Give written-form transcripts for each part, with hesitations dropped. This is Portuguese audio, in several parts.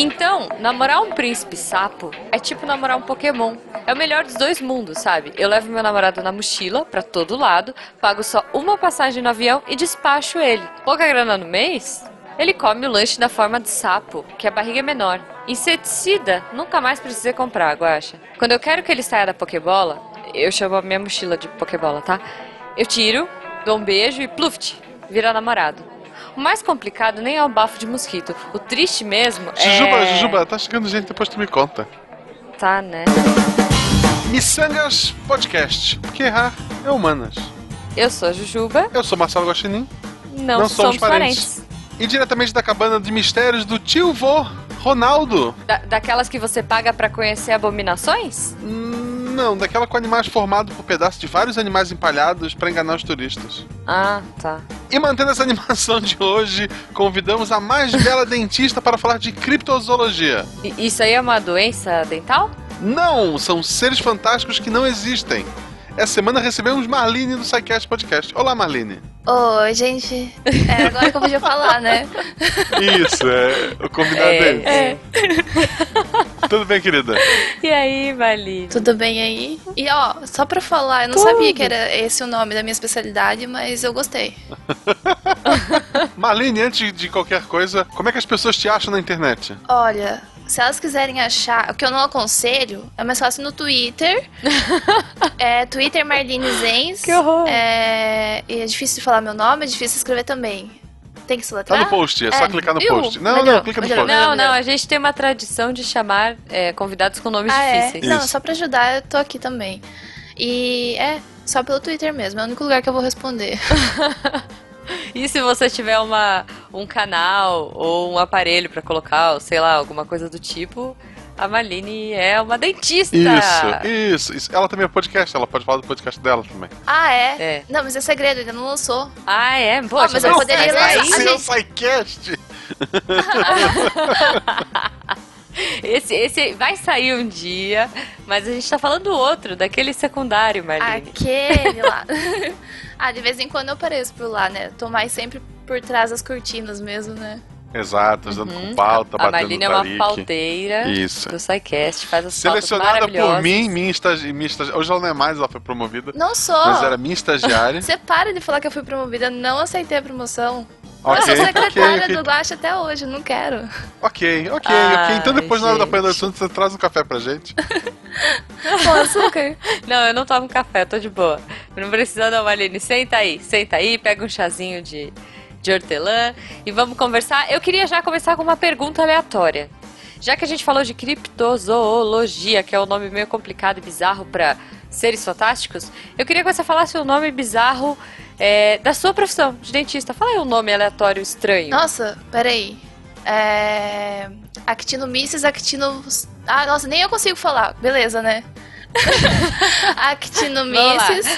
Então, namorar um príncipe sapo é tipo namorar um Pokémon. É o melhor dos dois mundos, sabe? Eu levo meu namorado na mochila, pra todo lado, pago só uma passagem no avião e despacho ele. Pouca grana no mês? Ele come o lanche da forma de sapo, que a barriga é menor. Inseticida, nunca mais precisei comprar, guaxa. Quando eu quero que ele saia da Pokébola, eu chamo a minha mochila de Pokébola, tá? Eu tiro, dou um beijo e pluft, vira namorado. O mais complicado nem é o bafo de mosquito. O triste mesmo é... Jujuba, tá chegando gente, depois tu me conta. Tá, né? Missangas Podcast, porque errar é humanas. Eu sou a Jujuba. Eu sou Marcelo Guaxinim. Não somos parentes. E diretamente da cabana de mistérios do tio vô, Ronaldo. Daquelas que você paga pra conhecer abominações? Não, daquela com animais formados por pedaços de vários animais empalhados pra enganar os turistas. Ah, tá. E mantendo essa animação de hoje, convidamos a mais bela dentista para falar de criptozoologia. Isso aí é uma doença dental? Não, são seres fantásticos que não existem. Essa semana recebemos Marlene do SciCast Podcast. Olá, Marlene. Oi, gente. Agora que eu podia falar, né? Isso, o convidado dele. Tudo bem, querida? E aí, Marlene? Tudo bem aí? E ó, só pra falar, eu não sabia que era esse o nome da minha especialidade, mas eu gostei. Marlene, antes de qualquer coisa, como é que as pessoas te acham na internet? Olha, se elas quiserem achar, o que eu não aconselho, é mais fácil no Twitter. Twitter Marlene Zenz. Que horror! E é difícil de falar meu nome, é difícil de escrever também. Tem que soletrar? Tá no post, é só clicar no post. Não, clica no post. Não, a gente tem uma tradição de chamar convidados com nomes difíceis. Não, só pra ajudar, eu tô aqui também. E só pelo Twitter mesmo, é o único lugar que eu vou responder. E se você tiver um canal ou um aparelho pra colocar, ou sei lá, alguma coisa do tipo, a Marlene é uma dentista. Isso. Ela também é podcast, ela pode falar do podcast dela também. Ah, é? Não, mas é segredo, ainda não lançou. Ah, é? Poxa, mas eu poderia lançar. Esse é o SciCast. Esse vai sair um dia, mas a gente tá falando do outro, daquele secundário, Marlene. Aquele lá. De vez em quando eu apareço por lá, né? Tô mais sempre por trás das cortinas mesmo, né? Exato, ajudando com pauta, batendo no tarique. A Marlene é uma pauteira do SciCast, faz as selecionada pautas maravilhosas. por mim, minha estagiária. Hoje ela não é mais, ela foi promovida. Não sou. Mas era minha estagiária. Você para de falar que eu fui promovida, não aceitei a promoção. Okay, eu sou secretária do Guaxa até hoje, não quero. Ok. Então depois, na hora da panela do assunto, você traz um café pra gente. Com açúcar? Não, eu não tomo café, tô de boa. Não precisa não, Marlene. Senta aí, pega um chazinho de hortelã e vamos conversar. Eu queria já começar com uma pergunta aleatória. Já que a gente falou de criptozoologia, que é um nome meio complicado e bizarro pra seres fantásticos, eu queria que você falasse o nome bizarro da sua profissão de dentista. Fala aí um nome aleatório estranho. Nossa, peraí. Actinomyces, nossa, nem eu consigo falar. Beleza, né? Actinomyces,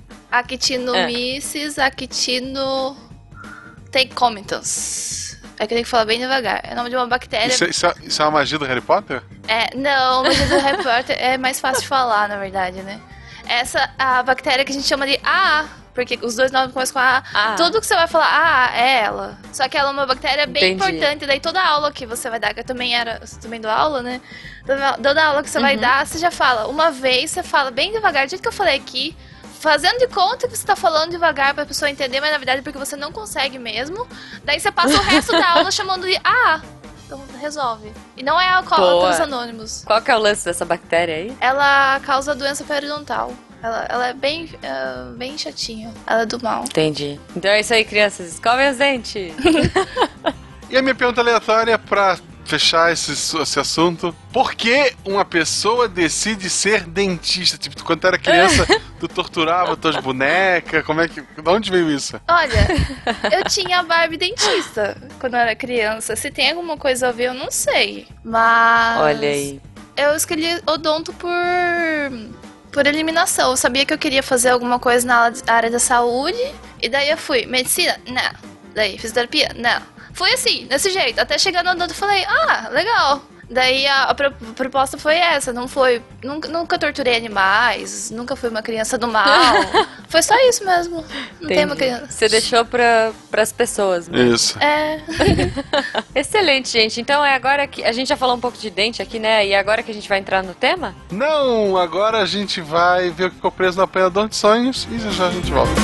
Tecomitans. É que eu tenho que falar bem devagar. É o nome de uma bactéria. Isso é uma magia do Harry Potter? Não, a magia do Harry Potter é mais fácil de falar, na verdade, né? A bactéria que a gente chama de AA, porque os dois nomes começam com AA. Tudo que você vai falar, é ela. Só que ela é uma bactéria bem importante. Daí toda aula que você vai dar, que eu também dou aula, né? Toda aula que você vai dar, você já fala. Uma vez, você fala bem devagar, do jeito que eu falei aqui, fazendo de conta que você tá falando devagar pra pessoa entender, mas na verdade é porque você não consegue mesmo. Daí você passa o resto da aula chamando de então resolve. E não é Alcoólatras Anônimos. Qual que é o lance dessa bactéria aí? Ela causa doença periodontal. Ela é bem chatinha. Ela é do mal. Entendi. Então é isso aí, crianças. Escovem os dentes. E a minha pergunta aleatória pra fechar esse assunto: por que uma pessoa decide ser dentista? Tipo, quando tu era criança, tu torturava tuas bonecas? De onde veio isso? Olha, eu tinha a Barbie dentista quando eu era criança. Se tem alguma coisa a ver, eu não sei. Mas... olha aí. Eu escolhi odonto por eliminação. Eu sabia que eu queria fazer alguma coisa na área da saúde. E daí eu fui. Medicina? Não. Daí fisioterapia? Não. Foi assim, desse jeito. Até chegar no odonto e falei, legal. Daí a proposta foi essa, não foi... Nunca torturei animais, nunca fui uma criança do mal. Foi só isso mesmo. Não tem uma criança. Você deixou pras pessoas mesmo. Isso. Excelente, gente. Então é agora que... A gente já falou um pouco de dente aqui, né? E agora que a gente vai entrar no tema? Não, agora a gente vai ver o que ficou preso no apanhador de sonhos e já a gente volta.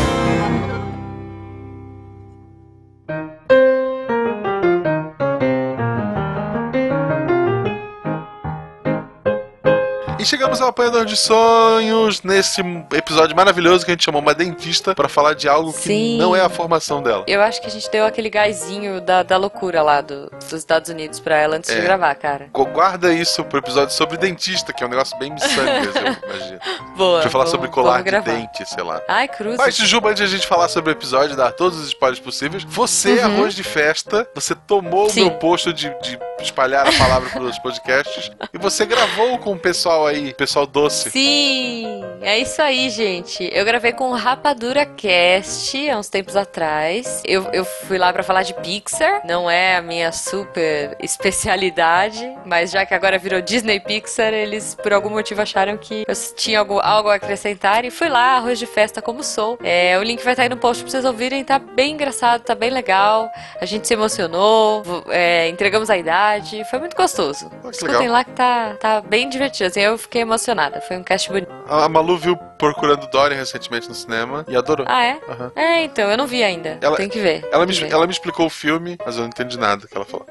E chegamos ao Apanhador de Sonhos, nesse episódio maravilhoso que a gente chamou uma dentista pra falar de algo que não é a formação dela. Eu acho que a gente deu aquele gásinho da loucura lá dos Estados Unidos pra ela antes de gravar, cara. Guarda isso pro episódio sobre dentista, que é um negócio bem miçangas, eu imagino. Boa. Deixa eu falar sobre colar de dente, sei lá. Ai, cruz. Mas, Jujuba, antes de a gente falar sobre o episódio, dar todos os spoilers possíveis, você, arroz de festa, você tomou o meu posto de espalhar a palavra pelos podcasts e você gravou com o pessoal aí, pessoal doce. Sim, é isso aí, gente. Eu gravei com o Rapadura Cast há uns tempos atrás. Eu fui lá pra falar de Pixar. Não é a minha super especialidade, mas já que agora virou Disney Pixar, eles por algum motivo acharam que eu tinha algo a acrescentar e fui lá, arroz de festa como sou. O link vai estar aí no post pra vocês ouvirem. Tá bem engraçado, tá bem legal. A gente se emocionou, entregamos a idade. Foi muito gostoso. Escutem lá que tá bem divertido. Assim, eu fiquei emocionada. Foi um cast bonito. A Malu viu Procurando Dory recentemente no cinema e adorou. Ah, é? Uhum. Então, eu não vi ainda. Tem que ver. Ela me explicou o filme, mas eu não entendi nada que ela falou.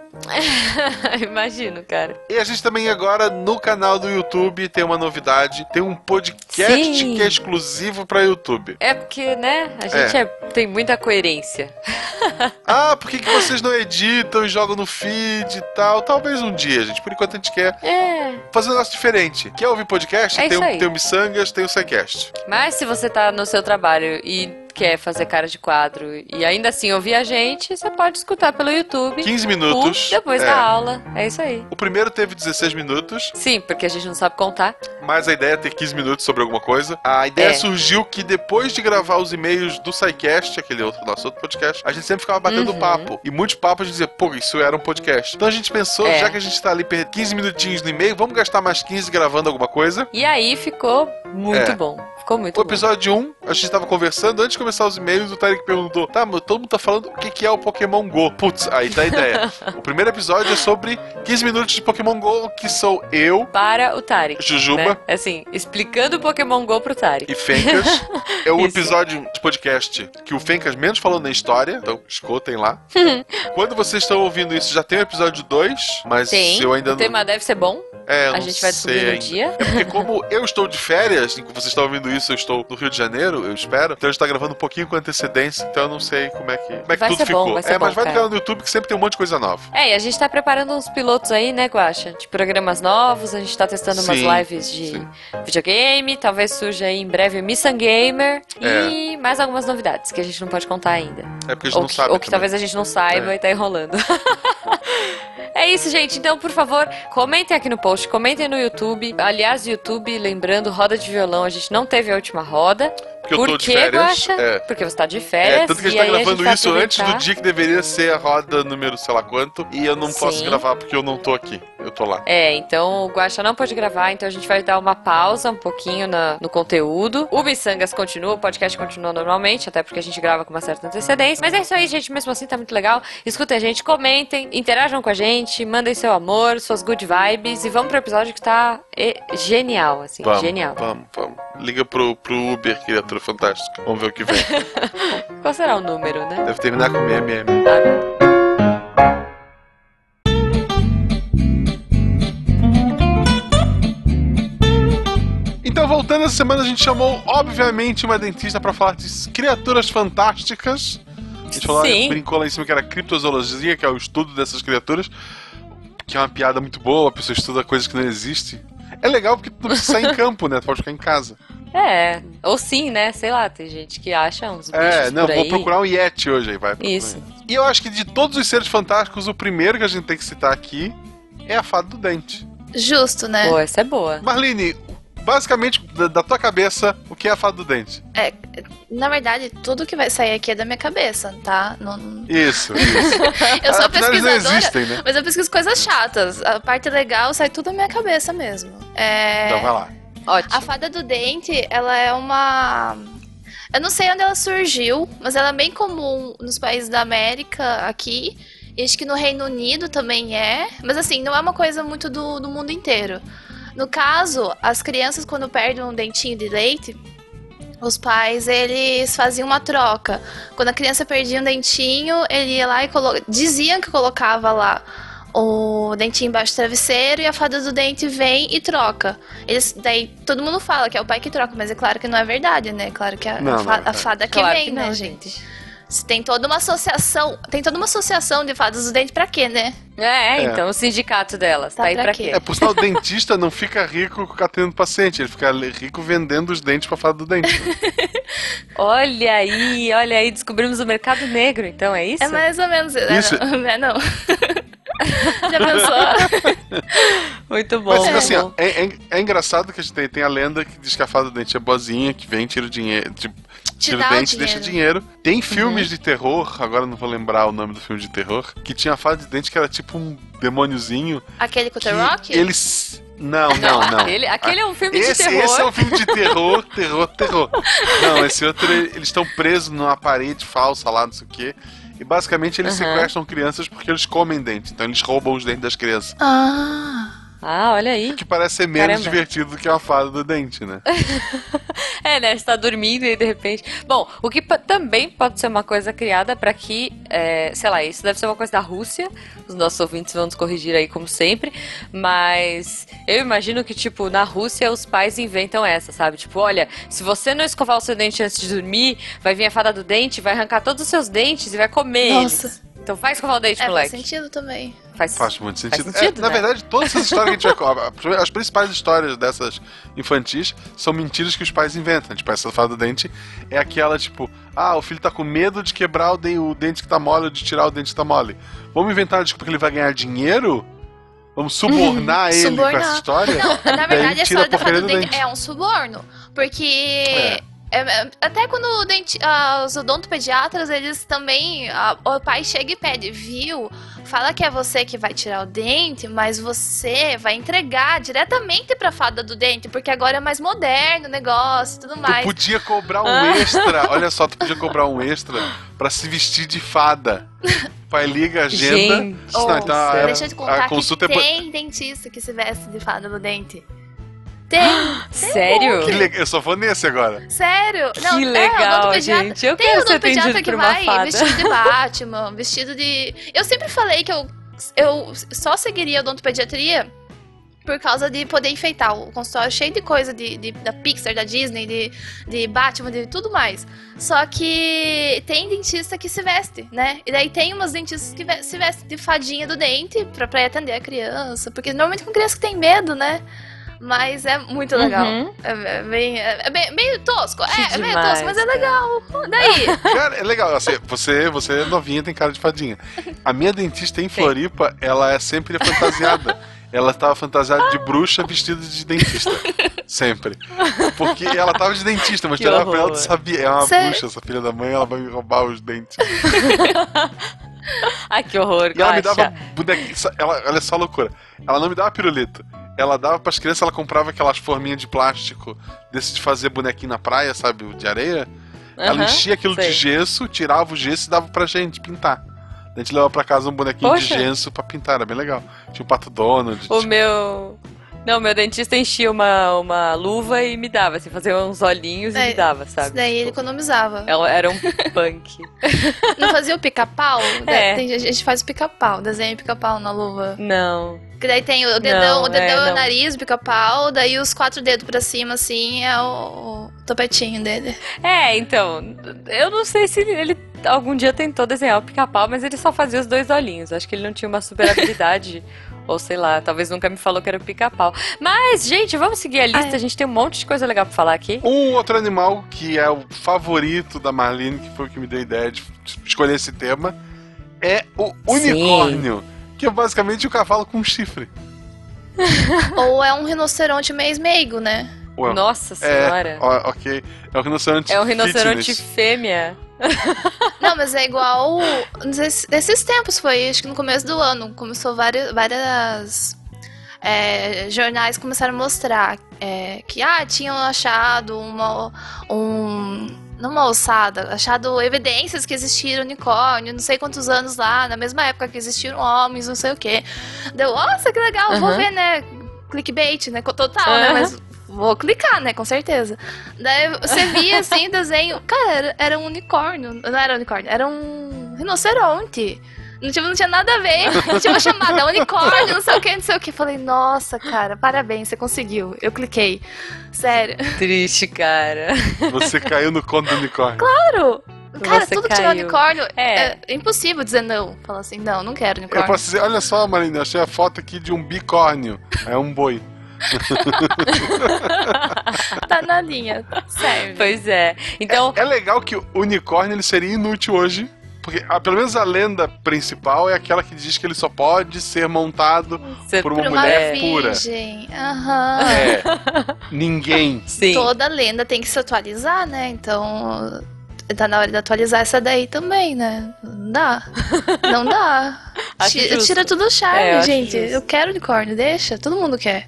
Imagino, cara. E a gente também agora, no canal do YouTube, tem uma novidade. Tem um podcast que é exclusivo pra YouTube. É porque, né, a gente tem muita coerência. Por que vocês não editam e jogam no feed e tal? Talvez um dia, gente. Por enquanto a gente quer fazer um negócio diferente. Quer ouvir podcast? Tem o Missangas, tem o SciCast. Mas se você tá no seu trabalho e quer fazer cara de quadro e ainda assim ouvir a gente, você pode escutar pelo YouTube. 15 minutos. Depois da aula. É isso aí. O primeiro teve 16 minutos. Sim, porque a gente não sabe contar. Mas a ideia é ter 15 minutos sobre alguma coisa. A ideia surgiu que depois de gravar os e-mails do SciCast, aquele nosso outro podcast, a gente sempre ficava batendo papo. E muitos papos a gente dizia, pô, isso era um podcast. Então a gente pensou, já que a gente tá ali perdendo 15 minutinhos no e-mail, vamos gastar mais 15 gravando alguma coisa. E aí ficou muito bom. Ficou muito bom. O episódio 1, a gente tava conversando, antes de começar os e-mails, o Tarek perguntou, todo mundo tá falando o que é o Pokémon GO. Putz, aí dá a ideia. O primeiro episódio é sobre 15 minutos de Pokémon GO, que sou eu... Para o Tarek. Jujuba. Né? Assim, explicando o Pokémon GO pro Tarek. E Fencas. É o episódio de podcast que o Fencas menos falou na história, então escutem lá. Quando vocês estão ouvindo isso, já tem o episódio 2, mas eu ainda não... O tema deve ser bom. A gente vai descobrir no dia. É porque como eu estou de férias, enquanto vocês estão ouvindo isso, eu estou no Rio de Janeiro, eu espero. Então a gente tá gravando um pouquinho com antecedência, então eu não sei como é que tudo ficou. Mas vai no canal do YouTube que sempre tem um monte de coisa nova. E a gente tá preparando uns pilotos aí, né, Guaxa? De programas novos, a gente tá testando umas lives de videogame, talvez surja aí em breve o Missan Gamer e mais algumas novidades que a gente não pode contar ainda. É porque a gente não sabe. Ou que talvez a gente não saiba e tá enrolando. É isso, gente. Então, por favor, comentem aqui no post, comentem no YouTube. Aliás, YouTube, lembrando, roda de violão, a gente não teve a última roda. Porque eu tô de férias. Guaxa? Porque você tá de férias. Tanto que a gente tá gravando isso antes do dia que deveria ser a roda número sei lá quanto. E eu não posso gravar porque eu não tô aqui. Eu tô lá. Então o Guaxa não pode gravar, então a gente vai dar uma pausa um pouquinho no conteúdo. O Missangas continua, o podcast continua normalmente, até porque a gente grava com uma certa antecedência. Mas é isso aí, gente. Mesmo assim, tá muito legal. Escutem a gente, comentem, interajam com a gente, mandem seu amor, suas good vibes. E vamos pro episódio que tá genial, assim. Genial. Vamos. Liga pro Uber, criatura fantástica. Vamos ver o que vem. Qual será o número, né? Deve terminar com MM. Então, voltando essa semana, a gente chamou, obviamente, uma dentista pra falar de criaturas fantásticas. A gente brincou lá em cima que era criptozoologia, que é o estudo dessas criaturas. Que é uma piada muito boa, a pessoa estuda coisas que não existem. É legal porque tu não precisa sair em campo, né? Tu pode ficar em casa. Ou sim, né? Sei lá, tem gente que acha uns bichos por aí. Vou procurar um Yeti hoje aí, vai. Isso. E eu acho que de todos os seres fantásticos, o primeiro que a gente tem que citar aqui é a Fada do Dente. Justo, né? Pô, essa é boa. Marlene, basicamente, da tua cabeça, o que é a Fada do Dente? Na verdade, tudo que vai sair aqui é da minha cabeça, tá? Não... Isso. Eu sou Afinal, eles não pesquisadora, existem, né? mas eu pesquiso coisas chatas. A parte legal sai tudo da minha cabeça mesmo. Então vai lá. Ótimo. A fada do dente, ela é uma... Eu não sei onde ela surgiu, mas ela é bem comum nos países da América aqui. E acho que no Reino Unido também é. Mas assim, não é uma coisa muito do mundo inteiro. No caso, as crianças quando perdem um dentinho de leite, os pais, eles faziam uma troca. Quando a criança perdia um dentinho, ele ia lá e diziam que colocava lá o dentinho embaixo do travesseiro e a fada do dente vem e troca. Daí todo mundo fala que é o pai que troca, mas é claro que não é verdade, né? Claro que a fada que claro vem, que né, não, gente? Tem toda uma associação de fadas do dente pra quê, né? Então o sindicato delas tá aí pra pra quê? quê? Por sinal, o dentista não fica rico catendo paciente, ele fica rico vendendo os dentes pra fada do dente. Olha aí, descobrimos o mercado negro, então, é isso? É mais ou menos Isso. Não. Já pensou? Muito bom. Mas assim, bom. é engraçado que a gente tem a lenda que diz que a fada do dente é boazinha, que vem, tira o dinheiro, tira o dente, deixa dinheiro. Tem filmes de terror, agora não vou lembrar o nome do filme de terror, que tinha a fada de dente que era tipo um demôniozinho. Aquele com o The Rock? Eles... Não. Aquele é um filme de terror. Esse é um filme de terror. Não, esse outro, eles estão presos numa parede falsa lá, não sei o quê. E basicamente eles sequestram crianças porque eles comem dente. Então eles roubam os dentes das crianças. Olha aí. Que parece ser menos Caramba. divertido do que uma fada do dente, né? Né? Você tá dormindo e de repente... Bom, o que também pode ser uma coisa criada pra que... sei lá, isso deve ser uma coisa da Rússia. Os nossos ouvintes vão nos corrigir aí, como sempre. Mas eu imagino que, tipo, na Rússia os pais inventam essa, sabe? Tipo, olha, se você não escovar o seu dente antes de dormir, vai vir a fada do dente, vai arrancar todos os seus dentes e vai comer Nossa. eles. Então faz escovar o dente, moleque. Faz sentido também. Faz muito sentido. Na né? verdade, todas essas histórias que a gente vai... As principais histórias dessas infantis são mentiras que os pais inventam. Tipo, essa fada do dente é aquela, tipo... o filho tá com medo de quebrar o dente que tá mole ou de tirar o dente que tá mole. Vamos inventar uma desculpa que ele vai ganhar dinheiro? Vamos subornar ele com essa história? Não, na verdade, a história da fada do dente dente. é um suborno. Porque... até quando os odontopediatras, eles também... o pai chega e pede, viu? Fala que é você que vai tirar o dente, mas você vai entregar diretamente pra fada do dente, porque agora é mais moderno o negócio e tudo mais. Tu podia cobrar um extra, olha só, tu podia cobrar um extra pra se vestir de fada. O pai liga a agenda. Gente, então deixa eu te contar a consulta que tem dentista que se veste de fada do dente. Tem sério? Que legal, eu só vou nesse agora. Sério? Não, Que legal, odontopediatra- gente. Eu tem quero ser odontopediatra atendido que por uma vai fada. vestido de Batman, vestido de... Eu sempre falei que eu só seguiria odontopediatria por causa de poder enfeitar o consultório cheio de coisa da Pixar, da Disney, de Batman, de tudo mais. Só que tem dentista que se veste, né? E daí tem umas dentistas que se vestem de fadinha do dente pra atender a criança. Porque normalmente com criança que tem medo, né? Mas é muito legal. É bem meio tosco. É meio demais, tosco, mas é cara. legal. Daí. Cara, é legal. Assim, você é novinha, tem cara de fadinha. A minha dentista em Floripa, ela é sempre fantasiada. Ela tava fantasiada de bruxa vestida de dentista. Sempre. Porque ela tava de dentista, mas Que tu olhava pra ela horror. e sabia. É uma Sério? bruxa, essa filha da mãe, ela vai me roubar os dentes. Ai, que horror, E ela me Guaxa. dava bonequinho. Olha só a loucura. Ela não me dava pirulito. Ela dava pras crianças, ela comprava aquelas forminhas de plástico desse de fazer bonequinho na praia, sabe? De areia. Ela Aham, enchia aquilo sei. de gesso, tirava o gesso e dava pra gente pintar. A gente levava pra casa um bonequinho Poxa. de gesso pra pintar, era bem legal. Tinha o Pato Donald. O meu... Não, meu dentista enchia uma luva e me dava, assim, fazia uns olhinhos e me dava, Isso sabe? daí ele economizava. Era um punk. Não fazia o pica-pau? É. Tem gente que faz o pica-pau, desenha pica-pau na luva. Não. Que daí tem o dedão, Não, é o não. nariz, o pica-pau, daí os 4 dedos pra cima, assim, é o topetinho dele. Então, eu não sei se ele algum dia tentou desenhar o pica-pau, mas ele só fazia os 2 olhinhos. Acho que ele não tinha uma super habilidade, ou sei lá, talvez nunca me falou que era o pica-pau. Mas, gente, vamos seguir a lista, a gente tem um monte de coisa legal pra falar aqui. Um outro animal que é o favorito da Marlene, que foi o que me deu a ideia de escolher esse tema, é o unicórnio, que é basicamente o cavalo com chifre. Ou é um rinoceronte meio meigo, né? Nossa senhora. Ok. É um rinoceronte É um rinoceronte fitness. fêmea. Não, mas é igual. Não sei se nesses tempos foi, acho que no começo do ano. Começou várias jornais começaram a mostrar que tinham achado numa ossada, achado evidências que existiram unicórnio, não sei quantos anos lá, na mesma época que existiram homens, não sei o quê. Deu, nossa, que legal, vou ver, né? Clickbait, né? Total, né? Mas vou clicar, né? Com certeza. Daí você via, assim, desenho. Cara, era um unicórnio. Não era unicórnio, era um rinoceronte. Não tinha nada a ver. Tinha uma chamada unicórnio, não sei o que, não sei o que. Falei, nossa, cara, parabéns, você conseguiu. Eu cliquei. Sério. Triste, cara. Você caiu no conto do unicórnio. Claro! Cara, Você tudo que tiver caiu. unicórnio É. é impossível dizer não. Falar assim, não quero Eu unicórnio. posso dizer, olha só, Marina, eu achei a foto aqui de um bicórnio. É um boi. Tá na linha. Serve. Pois é. Então, É legal que o unicórnio ele seria inútil hoje. Porque pelo menos a lenda principal é aquela que diz que ele só pode ser montado você... por uma Pra mulher pura. virgem. Aham. Ninguém. Sim. Toda lenda tem que se atualizar, né? Então, tá na hora de atualizar essa daí também, né? Não dá. Não dá. Acho justo. Tira tudo o charme, Eu acho gente. justo. Eu quero unicórnio, deixa. Todo mundo quer.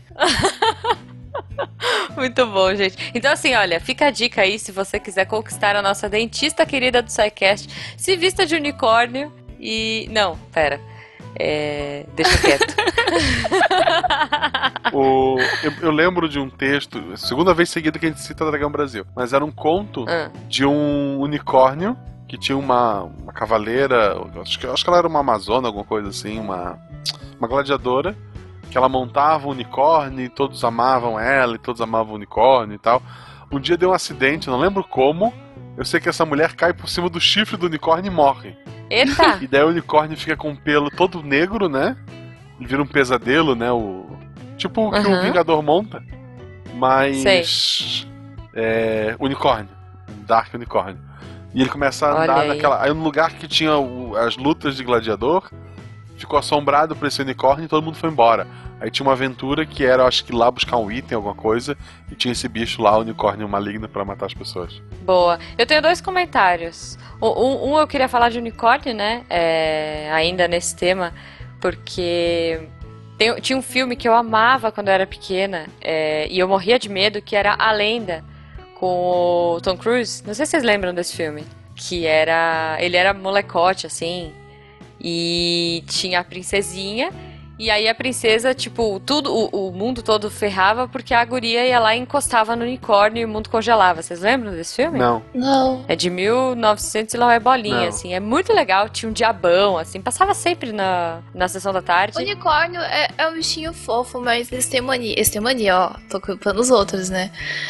Muito bom, gente. Então, assim, olha, fica a dica aí se você quiser conquistar a nossa dentista querida do SciCast. Se vista de unicórnio e... Não, pera. Deixa quieto. Eu lembro de um texto, segunda vez seguida que a gente cita Dragão Brasil, mas era um conto de um unicórnio que tinha uma cavaleira, acho que ela era uma amazona, alguma coisa assim, uma gladiadora, que ela montava um unicórnio e todos amavam ela, e todos amavam o unicórnio e tal. Um dia deu um acidente, não lembro como, eu sei que essa mulher cai por cima do chifre do unicórnio e morre. Eita! E daí o unicórnio fica com o pelo todo negro, né? Ele vira um pesadelo, né? Tipo o que o Vingador monta. Mas... unicórnio. Um Dark Unicórnio. E ele começa a andar naquela... Aí no lugar que tinha as lutas de gladiador, ficou assombrado por esse unicórnio e todo mundo foi embora. Aí tinha uma aventura que era, acho que lá buscar um item, alguma coisa, e tinha esse bicho lá, o unicórnio maligno, pra matar as pessoas. Boa. Eu tenho 2 comentários. Eu queria falar de unicórnio, né? Ainda nesse tema, porque tinha um filme que eu amava quando eu era pequena, e eu morria de medo, que era A Lenda, com o Tom Cruise. Não sei se vocês lembram desse filme. Que ele era molecote, assim, e tinha a princesinha. E aí a princesa, tipo, o mundo todo ferrava porque a guria ia lá e encostava no unicórnio e o mundo congelava. Vocês lembram desse filme? Não. Não. É de 1900 e lá vai bolinha, Não. assim. É muito legal. Tinha um diabão, assim. Passava sempre na sessão da tarde. Unicórnio é um bichinho fofo, mas eles têm mania, ó. Tô culpando os outros, né?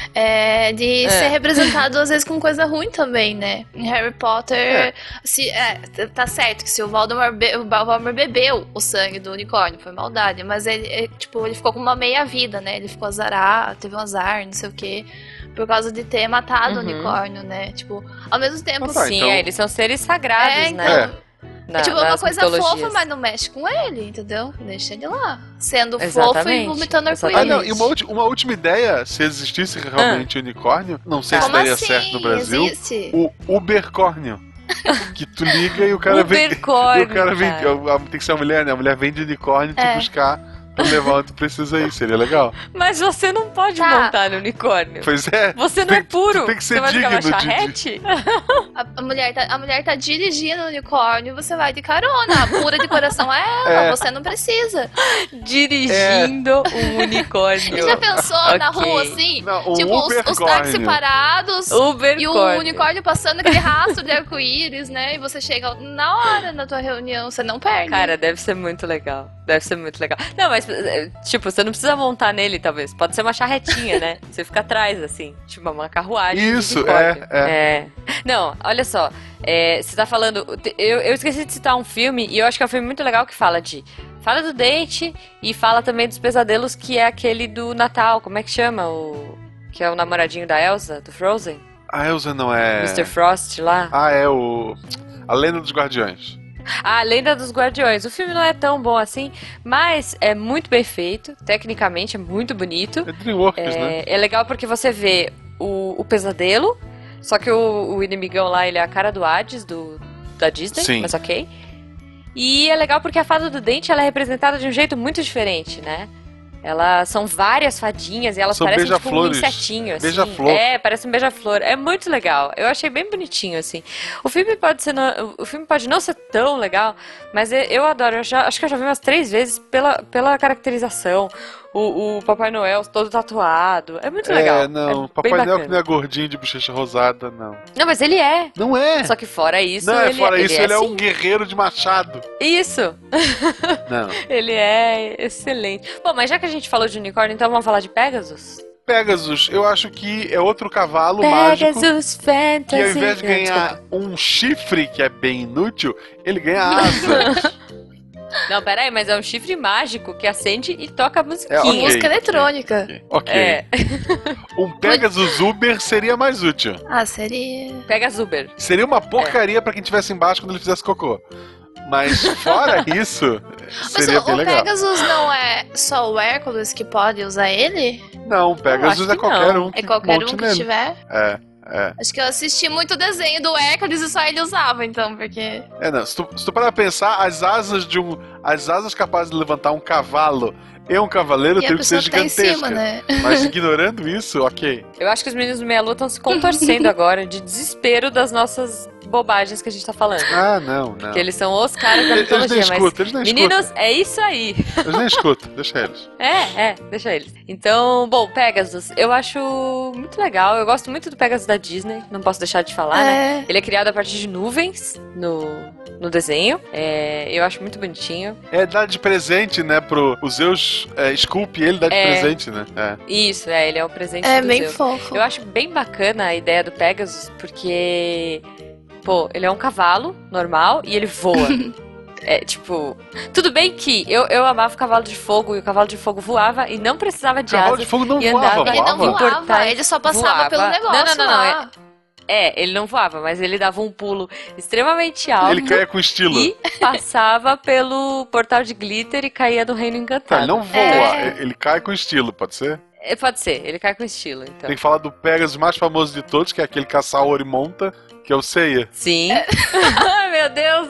De ser representado, às vezes, com coisa ruim também, né? Em Harry Potter, tá certo que se o Voldemort bebeu o sangue do unicórnio, foi maldade, mas ele ficou com uma meia-vida, né? Ele ficou azarado, teve um azar, não sei o quê, por causa de ter matado o unicórnio, né? Tipo, ao mesmo tempo... Sim, então... eles são seres sagrados, então, né? uma coisa mitologias. fofa, mas não mexe com ele, entendeu? Deixa ele lá. Sendo Exatamente, fofo e vomitando exatamente. arco-íris. E uma última ideia, se existisse realmente unicórnio, não sei se Como daria assim? certo no Brasil, Existe? o Ubercórnio. Que tu liga e o cara vem. Ubercórnio, E o cara vem. cara. Tem que ser a mulher, né? A mulher vem de unicórnio te buscar pra levar onde tu precisa ir. Seria legal. Mas você não pode montar no unicórnio. Pois é. Você não é puro. Tu tem que ser você vai jogar uma digno charrete? A mulher tá dirigindo o unicórnio e você vai de carona. A pura de coração é ela, você não precisa. Dirigindo um unicórnio. Você já pensou na rua assim? Não, tipo, os táxis parados e o Ubercórnio. unicórnio passando aquele rastro de arco-íris, né? E você chega na hora na tua reunião, você não perde. Cara, deve ser muito legal. Deve ser muito legal. Não, mas, tipo, você não precisa montar nele, talvez. Pode ser uma charretinha, né? Você fica atrás, assim. Tipo, uma carruagem. Isso, de unicórnio. Não, olha só. Você tá falando... Eu esqueci de citar um filme, e eu acho que é um filme muito legal que fala do date e fala também dos pesadelos, que é aquele do Natal. Como é que chama? Que é o namoradinho da Elsa, do Frozen. A Elsa não é... Mr. Frost lá. Ah, é A Lenda dos Guardiões. A Lenda dos Guardiões. O filme não é tão bom assim, mas é muito bem feito. Tecnicamente é muito bonito. É DreamWorks, né? É legal porque você vê o pesadelo, só que o inimigão lá, ele é a cara do Hades, da Disney, Sim. mas ok. E é legal porque a Fada do Dente, ela é representada de um jeito muito diferente, né? Elas são várias fadinhas e elas São parecem tipo um beija-flores. insetinho, assim. Beija-flor. É, parece um beija-flor. É muito legal. Eu achei bem bonitinho, assim. O filme pode não ser tão legal, mas eu adoro. Acho que eu já vi umas 3 vezes pela caracterização. O Papai Noel todo tatuado. É muito legal. Não. É Papai bem Noel que bacana. não é gordinho de bochecha rosada, não. Não, mas ele é. Não é! Só que fora isso, Não, ele fora isso, ele é assim. um guerreiro de machado. Isso. Não. Ele é excelente. Bom, mas já que a gente falou de unicórnio, então vamos falar de Pegasus? Pegasus, eu acho que é outro cavalo mágico. Pegasus Que ao Fantasy. invés de ganhar um chifre, que é bem inútil, ele ganha asas. Não, peraí, mas é um chifre mágico que acende e toca a musiquinha. ok. Música eletrônica. Ok. É. Um Pegasus Uber seria mais útil. Ah, seria. Pegasus Uber. Seria uma porcaria pra quem estivesse embaixo quando ele fizesse cocô. Mas fora isso, Mas seria bem o legal. Pegasus não é só o Hércules que pode usar ele? Não, o Pegasus acho é que qualquer não. um que É qualquer monte um que nele. tiver? É. Acho que eu assisti muito desenho do Hércules e só ele usava, então, porque. Não. Se tu parar pra pensar, as asas capazes de levantar um cavalo e um cavaleiro E a tem que ser pessoa tá em gigantesca. cima, né? Mas ignorando isso, ok. Eu acho que os meninos do Meia Lua estão se contorcendo agora de desespero das nossas bobagens que a gente tá falando. Ah, não. Porque eles são os caras da Eles nem mitologia, mas... escutam, eles nem Meninos, escutam. é isso aí. Eles nem escutam, deixa eles. Deixa eles. Então, bom, Pegasus, eu acho muito legal. Eu gosto muito do Pegasus da Disney, não posso deixar de falar, né? Ele é criado a partir de nuvens no desenho. Eu acho muito bonitinho. Dá de presente, né, o Zeus esculpe ele, dá de presente, né? Isso, ele é o presente É do bem Zeus. fofo. Eu acho bem bacana a ideia do Pegasus, porque, pô, ele é um cavalo normal e ele voa. Tudo bem que eu amava o cavalo de fogo e o cavalo de fogo voava e não precisava de O cavalo asa de fogo não e voava, andava Ele não em voava, portais. ele só passava Voava. pelo negócio Não, lá. ele não voava, mas ele dava um pulo extremamente alto Ele caia com estilo. e passava pelo portal de glitter e caía no reino encantado. Ele não voa, É. ele cai com estilo, pode ser? Pode ser, ele cai com estilo, então. Tem que falar do Pegasus mais famoso de todos, que é aquele que a Saori monta, que é o Seiya. Sim. Ai, meu Deus,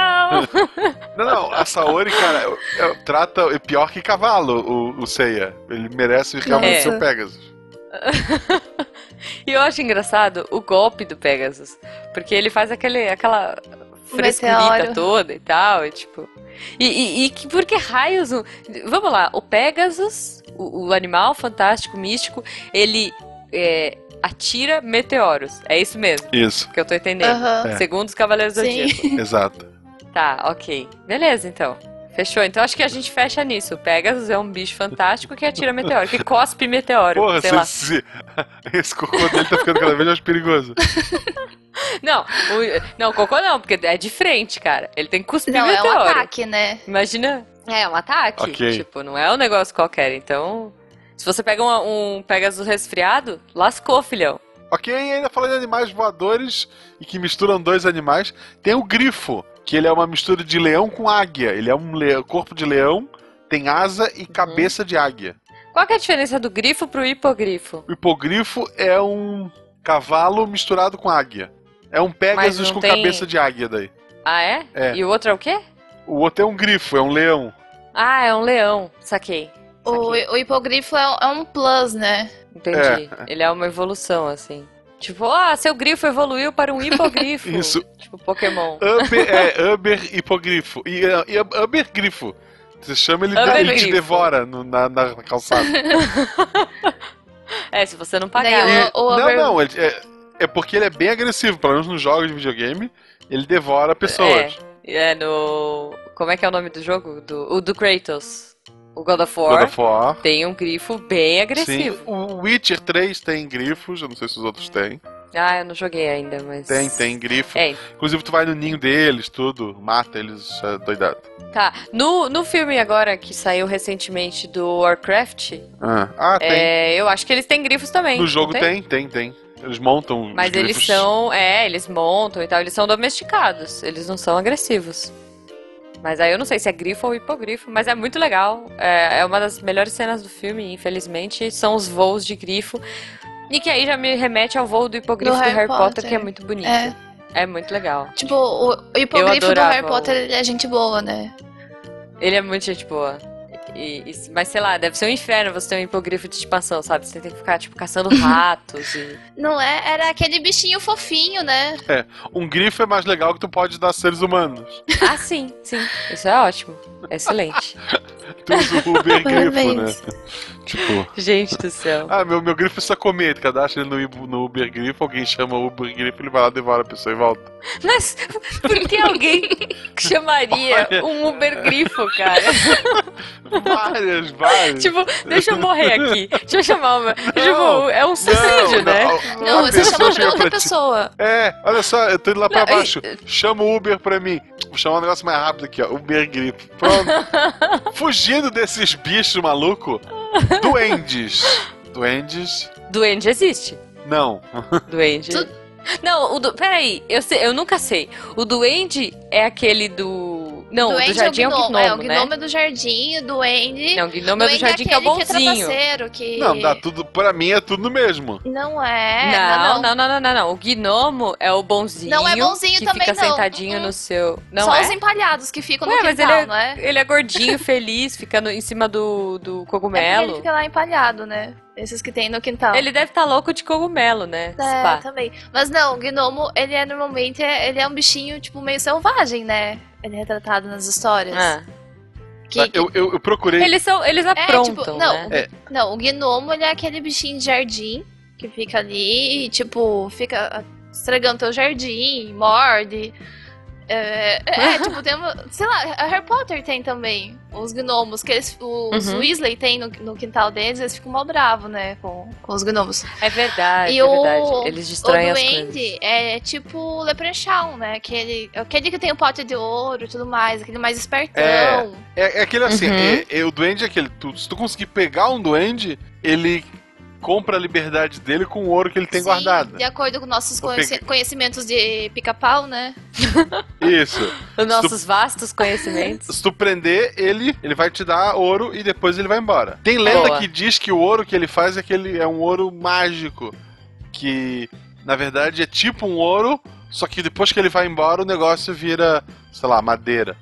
não! Não, a Saori, cara, é pior que cavalo, o Seiya. Ele merece realmente ser o Pegasus. E eu acho engraçado o golpe do Pegasus, porque ele faz aquela frescurita meteoro. toda e tal, e tipo... por que raios... Vamos lá, o Pegasus, o animal fantástico, místico, ele atira meteoros. É isso mesmo Isso, que eu tô entendendo. Aham. Segundo os Cavaleiros do Sim. Zodíaco. exato. Tá, ok. Beleza, então. Fechou. Então acho que a gente fecha nisso. O Pegasus é um bicho fantástico que atira meteoro, que cospe meteoro. Porra, sei lá. esse cocô dele tá ficando cada vez mais perigoso. Não, cocô não, porque é de frente, cara. Ele tem que cuspir Não, é um meteoro. ataque, né? Imagina. É um ataque. Ok. Tipo, não é um negócio qualquer. Então, se você pega um Pegasus resfriado, lascou, filhão. Ok, e ainda falando de animais voadores e que misturam dois animais, tem o grifo, que ele é uma mistura de leão com águia. Ele é um corpo de leão, tem asa e cabeça de águia. Qual que é a diferença do grifo pro hipogrifo? O hipogrifo é um cavalo misturado com águia. É um Pegasus não com tem- cabeça de águia daí. Ah, é? É. E o outro é o quê? O outro é um grifo, é um leão. Ah, é um leão. Saquei. O hipogrifo é um plus, né? Entendi. Ele é uma evolução, assim. Tipo, seu grifo evoluiu para um hipogrifo. Isso. Tipo Pokémon. Uber hipogrifo. E Uber grifo. Você chama ele, Uber ele te grifo. devora na calçada. Se você não pagar. Daí né? Não, é porque ele é bem agressivo. Pelo menos nos jogos de videogame, ele devora pessoas. Como é que é o nome do jogo? O do Kratos. O God of War. God of War. Tem um grifo bem agressivo. Sim, o Witcher 3 tem grifos, eu não sei se os outros têm. Ah, eu não joguei ainda, mas... Tem grifo. É, Inclusive tu vai no ninho deles, tudo, mata eles, doidado. tá. No filme agora que saiu recentemente do Warcraft, Tem. eu acho que eles têm grifos também. No não jogo tem. Eles montam Mas os eles grifos. são, eles montam e tal, eles são domesticados, eles não são agressivos. Mas aí eu não sei se é grifo ou hipogrifo, mas é muito legal. É uma das melhores cenas do filme, infelizmente, são os voos de grifo. E que aí já me remete ao voo do hipogrifo do Harry Potter, que é muito bonito. É muito legal. Tipo, o hipogrifo do Harry Potter, ele é gente boa, né? Ele é muito gente boa. Mas sei lá, deve ser um inferno você ter um hipogrifo de estimação, sabe? Você tem que ficar, tipo, caçando ratos e... Não é? Era aquele bichinho fofinho, né? Um grifo é mais legal que tu pode dar seres humanos. Ah, sim. Isso é ótimo. Excelente. Tudo Uber grifo, né? Tipo... Gente do céu. Meu grifo precisa comer. Tu cadastra ele no Uber grifo, alguém chama o Uber grifo, ele vai lá, devora a pessoa e volta. Mas por que alguém chamaria um Uber grifo, cara? Várias. Tipo, deixa eu morrer aqui. Deixa eu chamar uma... é um suicídio, né? Não, você chama outra pessoa. Olha só, eu tô indo lá pra baixo. Chama o Uber pra mim. Vou chamar um negócio mais rápido aqui, ó. Uber grifo. Pronto. Fugindo desses bichos malucos. Duendes. Duende existe. Não. Duende. Não, peraí, eu nunca sei. O duende é aquele do... Não, duende do jardim é o gnomo, né? O gnomo é do jardim, o duende... Não, o gnomo é do jardim que é o bonzinho. Não, dá tudo... Pra mim é tudo mesmo. Não é. Não. O gnomo é o bonzinho. Não é bonzinho que também, fica sentadinho no seu... Não só é? os empalhados que ficam no quintal, mas não é? Ele é gordinho, feliz, ficando em cima do cogumelo. Ele fica lá empalhado, né? Esses que tem no quintal. Ele deve estar louco de cogumelo, né? Também. Mas não, o gnomo, ele é normalmente ele é um bichinho, tipo, meio selvagem, né? Ele é retratado nas histórias. Eu procurei... Eles aprontam, né? Não, o gnomo, ele é aquele bichinho de jardim que fica ali e, tipo, fica estragando teu jardim, morde... tipo, tem sei lá, a Harry Potter tem também os gnomos, que os Weasley tem no quintal deles, eles ficam mal bravos, né, com os gnomos. É verdade, e eles destroem as coisas. O duende é tipo o Leprechaun, né, aquele que tem o pote de ouro e tudo mais, aquele mais espertão. É aquele assim, o duende é aquele, se tu conseguir pegar um duende, ele... compra a liberdade dele com o ouro que ele tem guardado. De acordo com nossos conhecimentos de pica-pau, né? Isso. Os nossos vastos conhecimentos. Se tu prender, ele vai te dar ouro e depois ele vai embora. Tem lenda que diz que o ouro que ele faz é um ouro mágico. Que, na verdade, é tipo um ouro, só que depois que ele vai embora, o negócio vira, sei lá, madeira.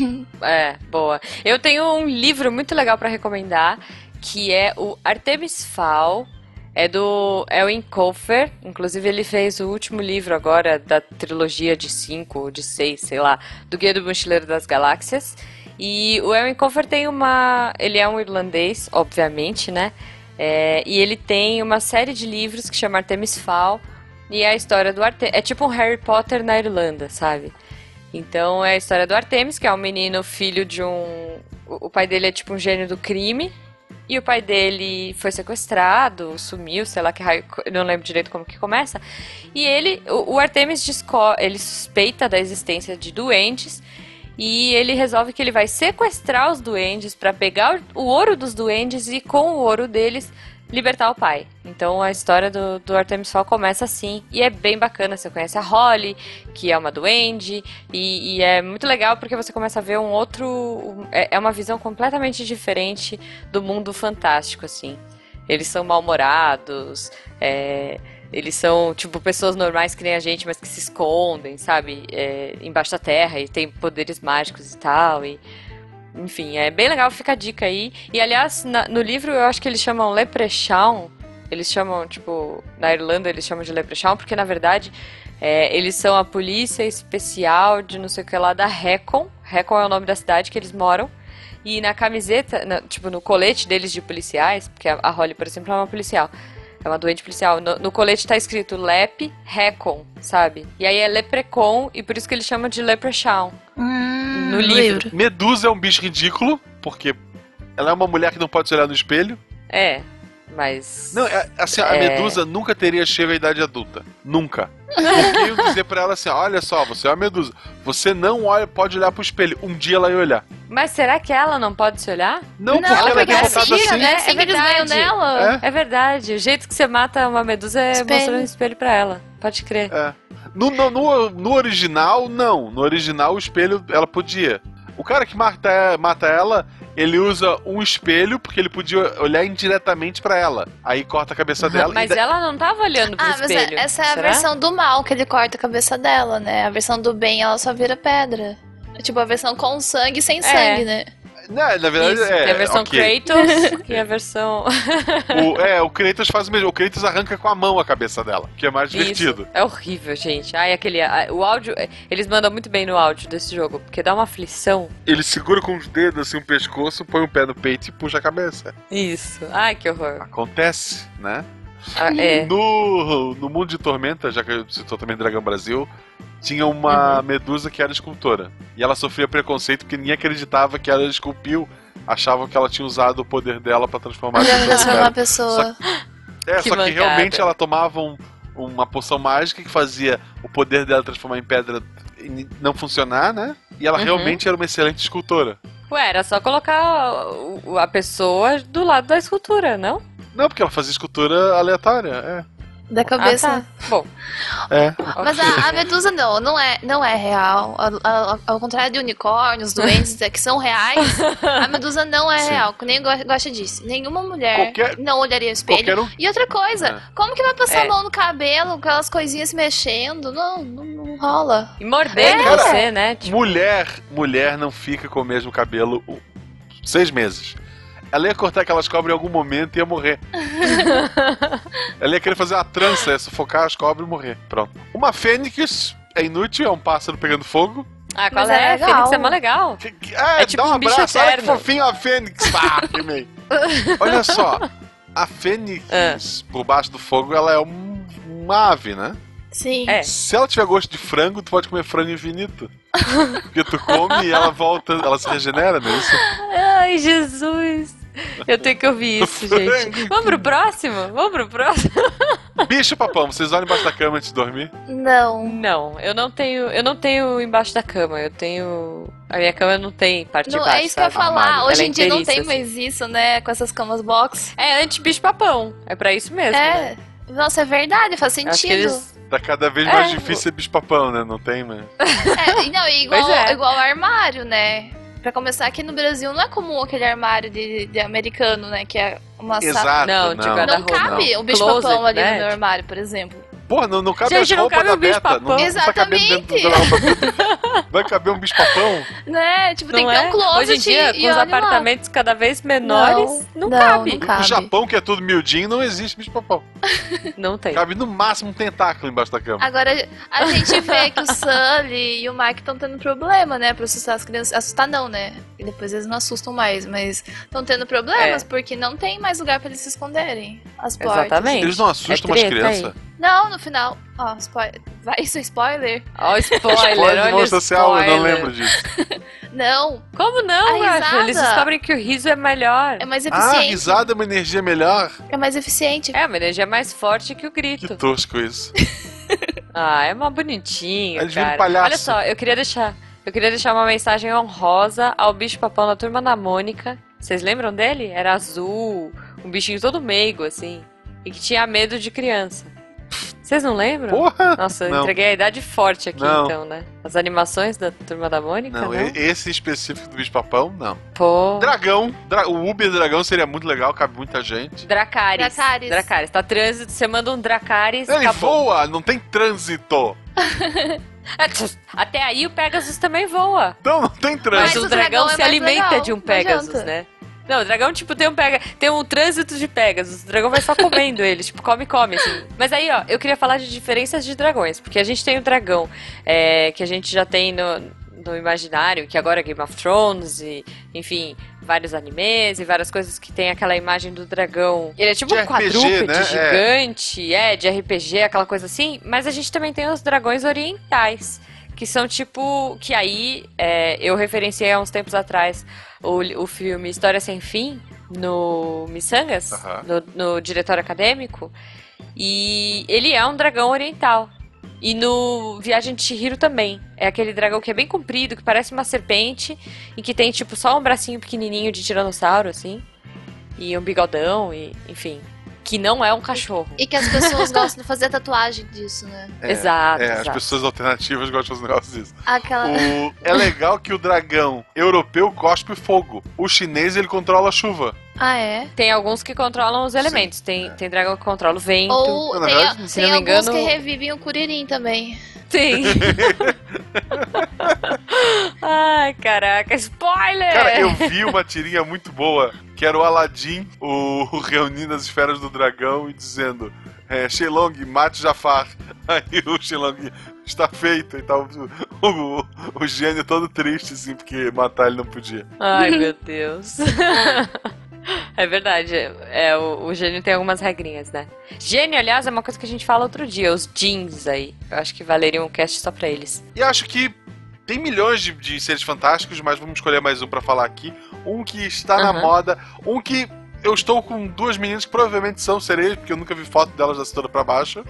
Boa. Eu tenho um livro muito legal pra recomendar, que é o Artemis Fowl, é o Eoin Colfer, inclusive ele fez o último livro agora da trilogia de 5 ou de 6, sei lá, do Guia do Mochileiro das Galáxias, e o Eoin Colfer ele é um irlandês, obviamente, né, e ele tem uma série de livros que chama Artemis Fowl, e é a história do Artemis, é tipo um Harry Potter na Irlanda, sabe? Então é a história do Artemis, que é um menino filho de o pai dele é tipo um gênio do crime, e o pai dele foi sequestrado, sumiu, sei lá que raio, não lembro direito como que começa. E o Artemis ele suspeita da existência de duendes e ele resolve que ele vai sequestrar os duendes para pegar o ouro dos duendes e com o ouro deles libertar o pai. Então a história do Artemis Fowl começa assim e é bem bacana. Você conhece a Holly, que é uma duende, e é muito legal porque você começa a ver um outro... É uma visão completamente diferente do mundo fantástico, assim. Eles são mal-humorados, eles são, tipo, pessoas normais que nem a gente, mas que se escondem, sabe? Embaixo da terra e tem poderes mágicos e tal, enfim, é bem legal, fica a dica aí. E, aliás, no livro eu acho que eles chamam Leprechaun. Eles chamam, tipo, na Irlanda eles chamam de Leprechaun, porque, na verdade, eles são a polícia especial de não sei o que lá da Recon. Recon é o nome da cidade que eles moram. E na camiseta, tipo, no colete deles de policiais, porque a Holly, por exemplo, é uma policial. É uma doente policial. No colete tá escrito Lep Recon, sabe? E aí é Leprecon, e por isso que eles chamam de Leprechaun. No livro. Medusa é um bicho ridículo, porque ela é uma mulher que não pode se olhar no espelho. Mas... Não, assim, a Medusa nunca teria chego à idade adulta. Nunca. Porque eu dizer pra ela assim, olha só, você é uma Medusa. Você não pode olhar pro espelho. Um dia ela ia olhar. Mas será que ela não pode se olhar? Não, porque ela é derrotada assim. Né? É verdade. Nela. É verdade. O jeito que você mata uma Medusa é mostrando um espelho pra ela. Pode crer. No original, não. No original, o espelho, ela podia. O cara que mata ela, ele usa um espelho, porque ele podia olhar indiretamente pra ela. Aí corta a cabeça dela. Mas ela não tava olhando pro espelho. Mas essa é a será? versão do mal, que ele corta a cabeça dela, né? A versão do bem, ela só vira pedra. Tipo, a versão com sangue e sem sangue, né? Não, na verdade, Isso, tem a versão ok. Kratos e a versão... O Kratos faz o mesmo. O Kratos arranca com a mão a cabeça dela, que é mais divertido. Isso. É horrível, gente. Ai, o áudio... Eles mandam muito bem no áudio desse jogo, porque dá uma aflição. Ele segura com os dedos assim o pescoço, põe o pé no peito e puxa a cabeça. Isso. Ai, que horror. Acontece, né? É. No Mundo de Tormenta, já que eu citou também Dragão Brasil, tinha uma medusa que era escultora. E ela sofria preconceito porque ninguém acreditava que ela esculpiu. Achavam que ela tinha usado o poder dela pra transformar Uma pessoa. Que Só que mancada. realmente ela tomava uma poção mágica que fazia o poder dela transformar em pedra não funcionar, né? E ela realmente era uma excelente escultora. Ué, era só colocar a pessoa do lado da escultura, não? Não, porque ela fazia escultura aleatória, Da cabeça. Ah, tá. Bom, Mas a medusa não é real. Ao contrário de unicórnios, duendes que são reais, a medusa não é Sim. real. Nem gosta disso. Nenhuma mulher Qualquer- não olharia o espelho. qualquer um- E outra coisa, como que vai passar É. a mão no cabelo, aquelas coisinhas se mexendo? Não rola. e mordendo Cara, você, né? Tipo, Mulher não fica com o mesmo cabelo 6 meses. Ela ia cortar aquelas cobras em algum momento e ia morrer. Ela ia querer fazer uma trança, ia sufocar as cobras e morrer. Pronto. Uma fênix é inútil, é um pássaro pegando fogo. ah, qual Mas é é? legal. Fênix é mó legal. É tipo dá um um bicho abraço, olha que eterno. fofinho a fênix. Pá, queimei. Olha só, a fênix, por baixo do fogo, ela é uma ave, né? Sim. É. Se ela tiver gosto de frango, tu pode comer frango infinito. Porque tu come e ela volta, ela se regenera, não é isso? Ai, Jesus. Eu tenho que ouvir isso, gente. Vamos pro próximo? Bicho papão, vocês olham embaixo da cama antes de dormir? Não. Não, eu não tenho embaixo da cama. Eu tenho... A minha cama não tem parte de Não, baixo, é isso que eu ia sabe? falar. Armário. Hoje Ela é em dia não tem inteiriça, assim. mais isso, né? Com essas camas box. É anti-bicho papão. É pra isso mesmo, né? É. Nossa, é verdade, faz Acho que sentido. eles... Tá cada vez mais É, difícil ser bicho papão, né? Não tem, mas... Não, e igual, Pois é. igual armário, né? Pra começar, aqui no Brasil não é comum aquele armário de americano, né? Que é uma sala. Exato, Não, de Não guarda-roupa. cabe o bicho Closet, papão ali né? no meu armário, por exemplo. Porra, não cabe Gente, as não roupas cabe da um bicho Beta. papão. Não tá cabendo dentro do Exatamente. guarda-roupa. Vai caber um bicho papão? Né? Tipo, tem Não que ter é? um closet Hoje em dia, e com os olha lá. apartamentos cada vez menores, não cabe. Não cabe. No Japão, que é tudo miudinho, não existe bicho papão. Não tem. Cabe no máximo um tentáculo embaixo da cama. Agora, a gente vê que o Sully e o Mike estão tendo problema, né? Pra assustar as crianças. Assustar não, né? E depois eles não assustam mais, mas estão tendo problemas porque não tem mais lugar pra eles se esconderem. As portas. Exatamente. Eles não assustam É umas treta crianças? aí. Não, no final. Ó, spoiler. Vai, isso é spoiler? Ó, spoiler, Pode olha o social, eu não spoiler. lembro disso. Não, Como não, A Rafa? risada. Eles descobrem que o riso é melhor. é mais Ah, eficiente. risada é uma energia melhor? É mais eficiente. É, uma energia mais forte que o Que grito. tosco isso. Ah, é uma bonitinha, Eles viram cara. palhaço. Olha só, eu queria deixar uma mensagem honrosa ao bicho papão da Turma da Mônica. Vocês lembram dele? Era azul, um bichinho todo meigo, assim. E que tinha medo de criança. Vocês não lembram? Porra! Nossa, eu Não. entreguei a idade forte aqui, Não. então, né? As animações da Turma da Mônica, Não, não? esse específico do bicho papão, não. Pô... Dragão. O Uber Dragão seria muito legal, cabe muita gente. Dracarys. Dracarys. Dracarys. Tá trânsito, você manda um Dracarys, Ele acabou. voa, não tem trânsito. Até aí o Pegasus também voa. Então não tem Mas trânsito. Mas o o dragão dragão é se mais alimenta legal, de um não Pegasus, adianta. né? Não, o dragão, tipo, tem um trânsito de Pegasus. O dragão vai só comendo ele, tipo, come, assim. Mas aí, ó, eu queria falar de diferenças de dragões. Porque a gente tem o dragão que a gente já tem no imaginário, que agora é Game of Thrones e, enfim, vários animes e várias coisas que tem aquela imagem do dragão. Ele é tipo De um RPG, quadrúpede né? gigante, de RPG, aquela coisa assim. Mas a gente também tem os dragões orientais. Que são tipo. Que aí eu referenciei há uns tempos atrás o filme História Sem Fim, no Missangas, Aham. no diretório acadêmico. E ele é um dragão oriental. E no Viagem de Chihiro também. É aquele dragão que é bem comprido, que parece uma serpente. E que tem tipo só um bracinho pequenininho de tiranossauro, assim. E um bigodão, e enfim. que não é um cachorro. E que as pessoas gostam de fazer tatuagem disso, né? Exato, As exato. pessoas alternativas gostam de fazer um negócio disso. Aquela... É legal que o dragão europeu cospe fogo. O chinês, ele controla a chuva. Ah, é? Tem alguns que controlam os elementos. Tem dragão que controla o vento. Ou Na tem, verdade, se tem não me alguns engano- que revivem o Kuririn também. Tem. Ai, caraca, spoiler! Cara, eu vi uma tirinha muito boa, que era o Aladdin, reunindo as esferas do dragão e dizendo: Shenlong, mate Jafar. Aí o Shenlong está feito e tal. O gênio todo triste, assim, porque matar ele não podia. Ai, meu Deus. É verdade, o gênio tem algumas regrinhas, né? Gênio, aliás, é uma coisa que a gente fala outro dia, os jeans aí. Eu acho que valeria um cast só pra eles. E acho que tem milhões de seres fantásticos, mas vamos escolher mais um pra falar aqui. Um que está na moda, um que eu estou com duas meninas que provavelmente são sereias, porque eu nunca vi foto delas da cintura pra baixo.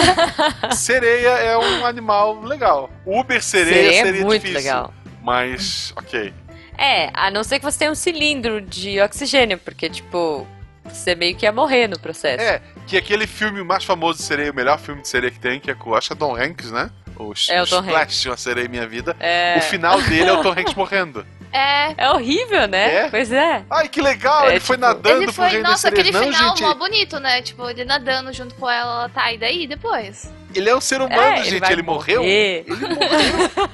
Sereia é um animal legal. Uber sereia seria muito difícil. legal. Mas, ok. A não ser que você tenha um cilindro de oxigênio, porque, tipo, você meio que ia morrer no processo. Que aquele filme mais famoso de sereia, o melhor filme de sereia que tem, que é com, acho que é Tom Hanks, né? O Tom Splash, Uma Sereia em Minha Vida. O final dele é o Tom Hanks morrendo. É horrível, né? Pois é. Ai, que legal, ele foi nadando Ele pro foi, reino das nossa, sereias. aquele Não, final gente, mó bonito, né? Tipo, ele nadando junto com ela, tá, e daí depois? ele é um ser humano, gente, vai ele morreu. morrer. Ele morreu.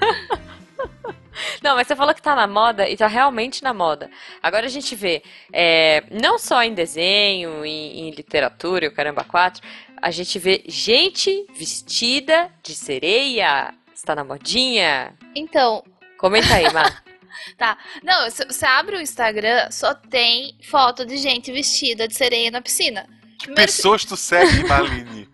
Não, mas você falou que tá na moda e tá realmente na moda. Agora a gente vê, não só em desenho, em literatura e o caramba 4, a gente vê gente vestida de sereia. Está na modinha? Então, Comenta aí, Má. tá. Não, você abre o Instagram, só tem foto de gente vestida de sereia na piscina. Primeiro Pessoas tu segue, Maline.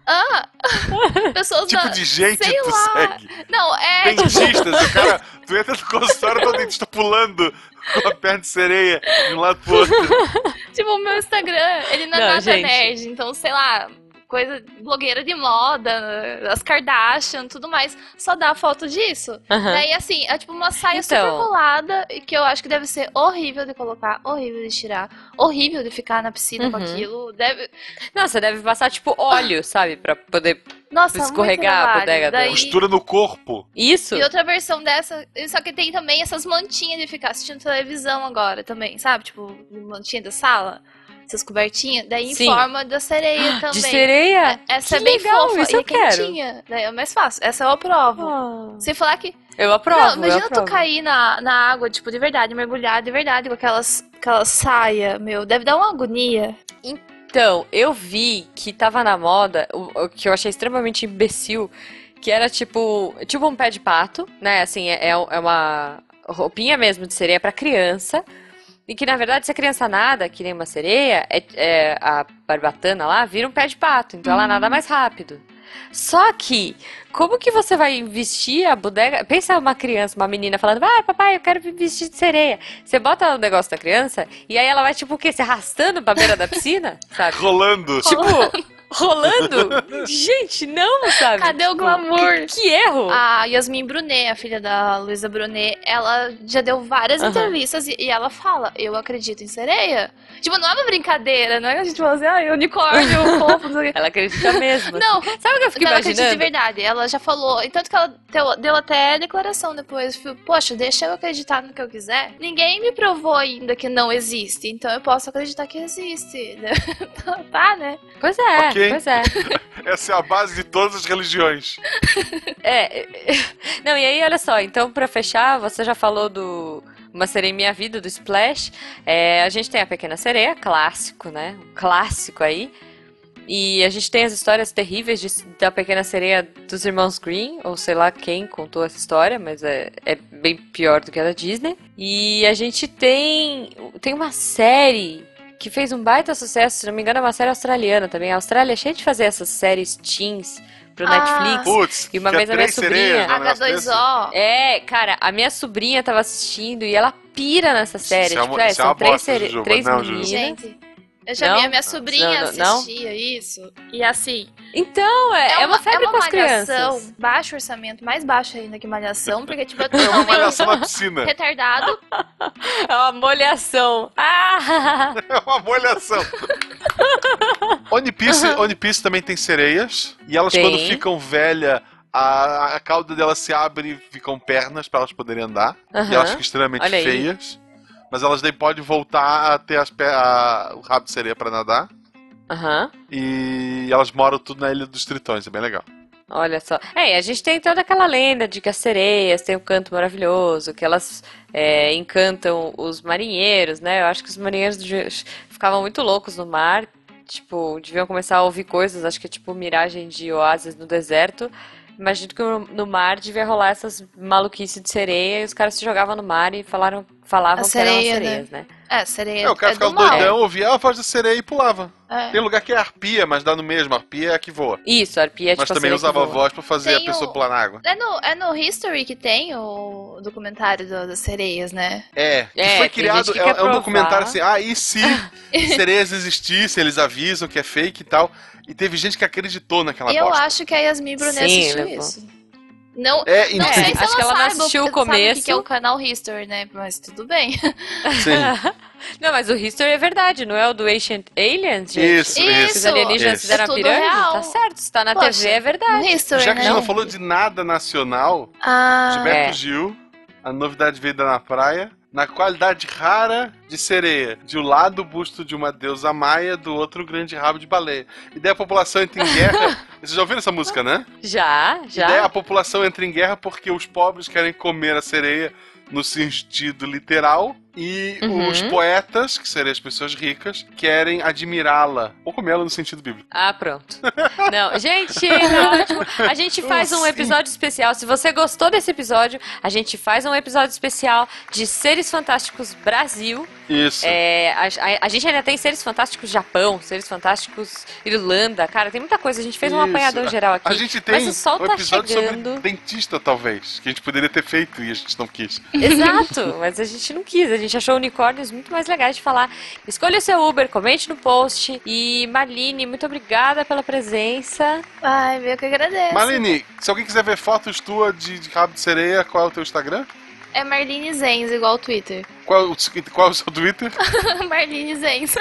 pessoas Tipo da... de gente sei tu lá. segue. Não, Dentistas, o cara, tu entra no consultório, tá o dentista pulando com a perna de sereia de um lado pro outro. Tipo, o meu Instagram, ele não é nada gente. nerd, então, sei lá, coisa, blogueira de moda, as Kardashian, tudo mais, só dá foto disso. Daí, assim, é tipo uma saia super colada, que eu acho que deve ser horrível de colocar, horrível de tirar, horrível de ficar na piscina com aquilo, deve... Não, você deve passar, tipo, óleo, sabe? Pra poder Nossa, escorregar muito a trabalho. bodega Daí... Costura no corpo. Isso? E outra versão dessa, só que tem também essas mantinhas de ficar assistindo televisão agora também, sabe? Tipo, mantinha da sala, essas cobertinhas, daí Sim. em forma da sereia também. De sereia? Essa Que é bem legal, fofa isso e eu é quero. quentinha. Daí é mais fácil. Essa eu aprovo. Sem falar que... Eu aprovo, Não, imagina eu aprovo. tu cair na água, tipo, de verdade, mergulhar de verdade com aquela saia, meu. Deve dar uma agonia. Então, eu vi que tava na moda, o que eu achei extremamente imbecil, que era tipo um pé de pato, né? Assim, é uma roupinha mesmo de sereia pra criança. E que, na verdade, se a criança nada, que nem uma sereia, a barbatana lá vira um pé de pato. Então ela nada mais rápido. Só que, como que você vai vestir a bodega? Pensa uma criança, uma menina falando, papai, eu quero me vestir de sereia. Você bota o negócio da criança e aí ela vai, tipo, o quê? Se arrastando pra beira da piscina, sabe? Rolando. Tipo, rolando? Gente, não, sabe? Cadê o glamour? Que erro! A Yasmin Brunet, a filha da Luísa Brunet, ela já deu várias entrevistas e ela fala, eu acredito em sereia. Tipo, não é uma brincadeira, não é que a gente fala assim, unicórnio, fofo, não sei o quê. Ela acredita mesmo. Não, sabe o que eu fico ela acredita imaginando? de verdade. Ela já falou. E tanto que ela deu até declaração depois. Poxa, deixa eu acreditar no que eu quiser. Ninguém me provou ainda que não existe. Então eu posso acreditar que existe. Tá, né? Pois é, Ok. pois é. Essa é a base de todas as religiões. Não, e aí, olha só, então pra fechar, você já falou do Uma Sereia em Minha Vida, do Splash. A gente tem a Pequena Sereia, clássico, né? Um clássico aí. E a gente tem as histórias terríveis da Pequena Sereia dos irmãos Grimm, ou sei lá quem contou essa história, mas é bem pior do que a da Disney. E a gente tem uma série que fez um baita sucesso, se não me engano é uma série australiana também. A Austrália é cheia de fazer essas séries teens pro Netflix. Putz, E uma que é vez a minha 3 sereias, sobrinha- um negócio desse. H2O. Cara, a minha sobrinha tava assistindo e ela pira nessa série. Isso é Tipo, uma- isso é uma são três, bosta, Jujuba. três Não, Jujuba. meninas. Gente, eu já Não? vi a minha sobrinha Não? assistia isso. E assim, Então, é uma febre com as malhação, crianças. baixo orçamento, mais baixo ainda que malhação, porque tipo, é É uma totalmente malhação na piscina. retardado. É uma molhação. Ah! É uma molhação. One Piece também tem sereias. E elas, Tem. quando ficam velhas, a cauda delas se abre e ficam pernas pra elas poderem andar. E elas ficam extremamente Olha aí. feias. Mas elas daí podem voltar a ter o rabo de sereia pra nadar. Aham. E elas moram tudo na Ilha dos Tritões, é bem legal. Olha só. E a gente tem toda aquela lenda de que as sereias têm um canto maravilhoso, que elas encantam os marinheiros, né? Eu acho que os marinheiros ficavam muito loucos no mar, tipo, deviam começar a ouvir coisas, acho que é tipo miragem de oásis no deserto. Imagino que no mar devia rolar essas maluquices de sereia e os caras se jogavam no mar e falavam que eram sereia, sereias, né? Sereia O cara é ficava do mal. doidão, ouvia a voz da sereia e pulava. É. Tem lugar que é arpia, mas dá no mesmo. Arpia é a que voa. Isso, a arpia é Mas tipo a também sereia usava a que voa. voz pra fazer Tem a pessoa o- pular na água. É no History que tem o documentário das sereias, né? Que É, foi tem criado, gente que quer é um provar. documentário assim, e se sereias existissem, eles avisam que é fake e tal. E teve gente que acreditou naquela E eu bosta. acho que a Yasmin Brunet Sim, assistiu levou. isso. Não, Não não sei se acho que ela não saiba, assistiu o porque sabe começo. que é o canal History, né? Mas tudo bem. Sim. Não, mas o History é verdade, não é o do Ancient Aliens, gente? Isso. Os alienígenas Isso. fizeram É a tudo pirâmide? real. Tá certo, se tá na Poxa, TV é verdade. No History, Já que a né? gente não falou de nada nacional, Ah, Gilberto É. Gil, a novidade veio na praia, na qualidade rara de sereia. De um lado o busto de uma deusa maia, do outro o grande rabo de baleia. E daí a população entra em guerra. Vocês já ouviram essa música, né? Já. E daí a população entra em guerra porque os pobres querem comer a sereia no sentido literal. E os poetas, que seriam as pessoas ricas, querem admirá-la. Ou comê-la no sentido bíblico. Ah, pronto. Não, gente, é ótimo. A gente faz um Sim. episódio especial. Se você gostou desse episódio, a gente faz um episódio especial de Seres Fantásticos Brasil. Isso. A gente ainda tem Seres Fantásticos Japão, Seres Fantásticos Irlanda. Cara, tem muita coisa. A gente fez um Isso. apanhador geral aqui. A gente tem Mas o sol um tá episódio chegando. sobre dentista, talvez. Que a gente poderia ter feito e a gente não quis. Exato, mas a gente não quis. A gente achou unicórnios muito mais legais de falar. Escolha o seu Uber, comente no post. E Marlene, muito obrigada pela presença. ai, eu que agradeço. Marlene, se alguém quiser ver fotos tuas de rabo de sereia, qual é o teu Instagram? É Marlene Zenz, igual o Twitter. Qual é o seu Twitter? Marlene Zenz.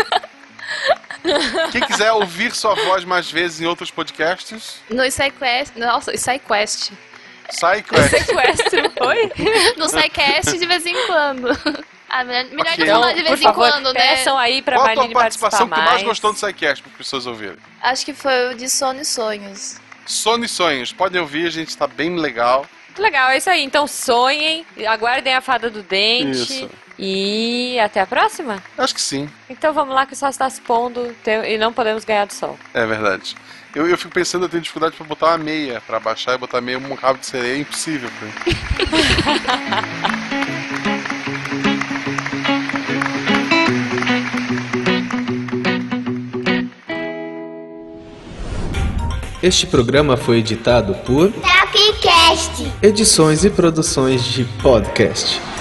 Quem quiser ouvir sua voz mais vezes em outros podcasts, No SciQuest. Nossa, SciQuest. SciQuest. Sequestro, oi? No SciCast de vez em quando. Ah, melhor Ok. não falar de vez por em favor, quando, né? peçam aí pra Qual a tua Marlene participar participação que tu mais mais. gostou do SciCast, para as pessoas ouvirem? Acho que foi o de Sono e Sonhos. Sono e Sonhos. Podem ouvir, a gente tá bem legal. Muito legal, é isso aí. Então sonhem, aguardem a fada do dente. Isso. E até a próxima? Acho que sim, Então vamos lá que o sol está se pondo e não podemos ganhar do sol. é verdade. Eu fico pensando, eu tenho dificuldade pra botar uma meia. Pra baixar e botar meia, um rabo de sereia é impossível pra mim. Este programa foi editado por Tapcast. Edições e Produções de Podcast.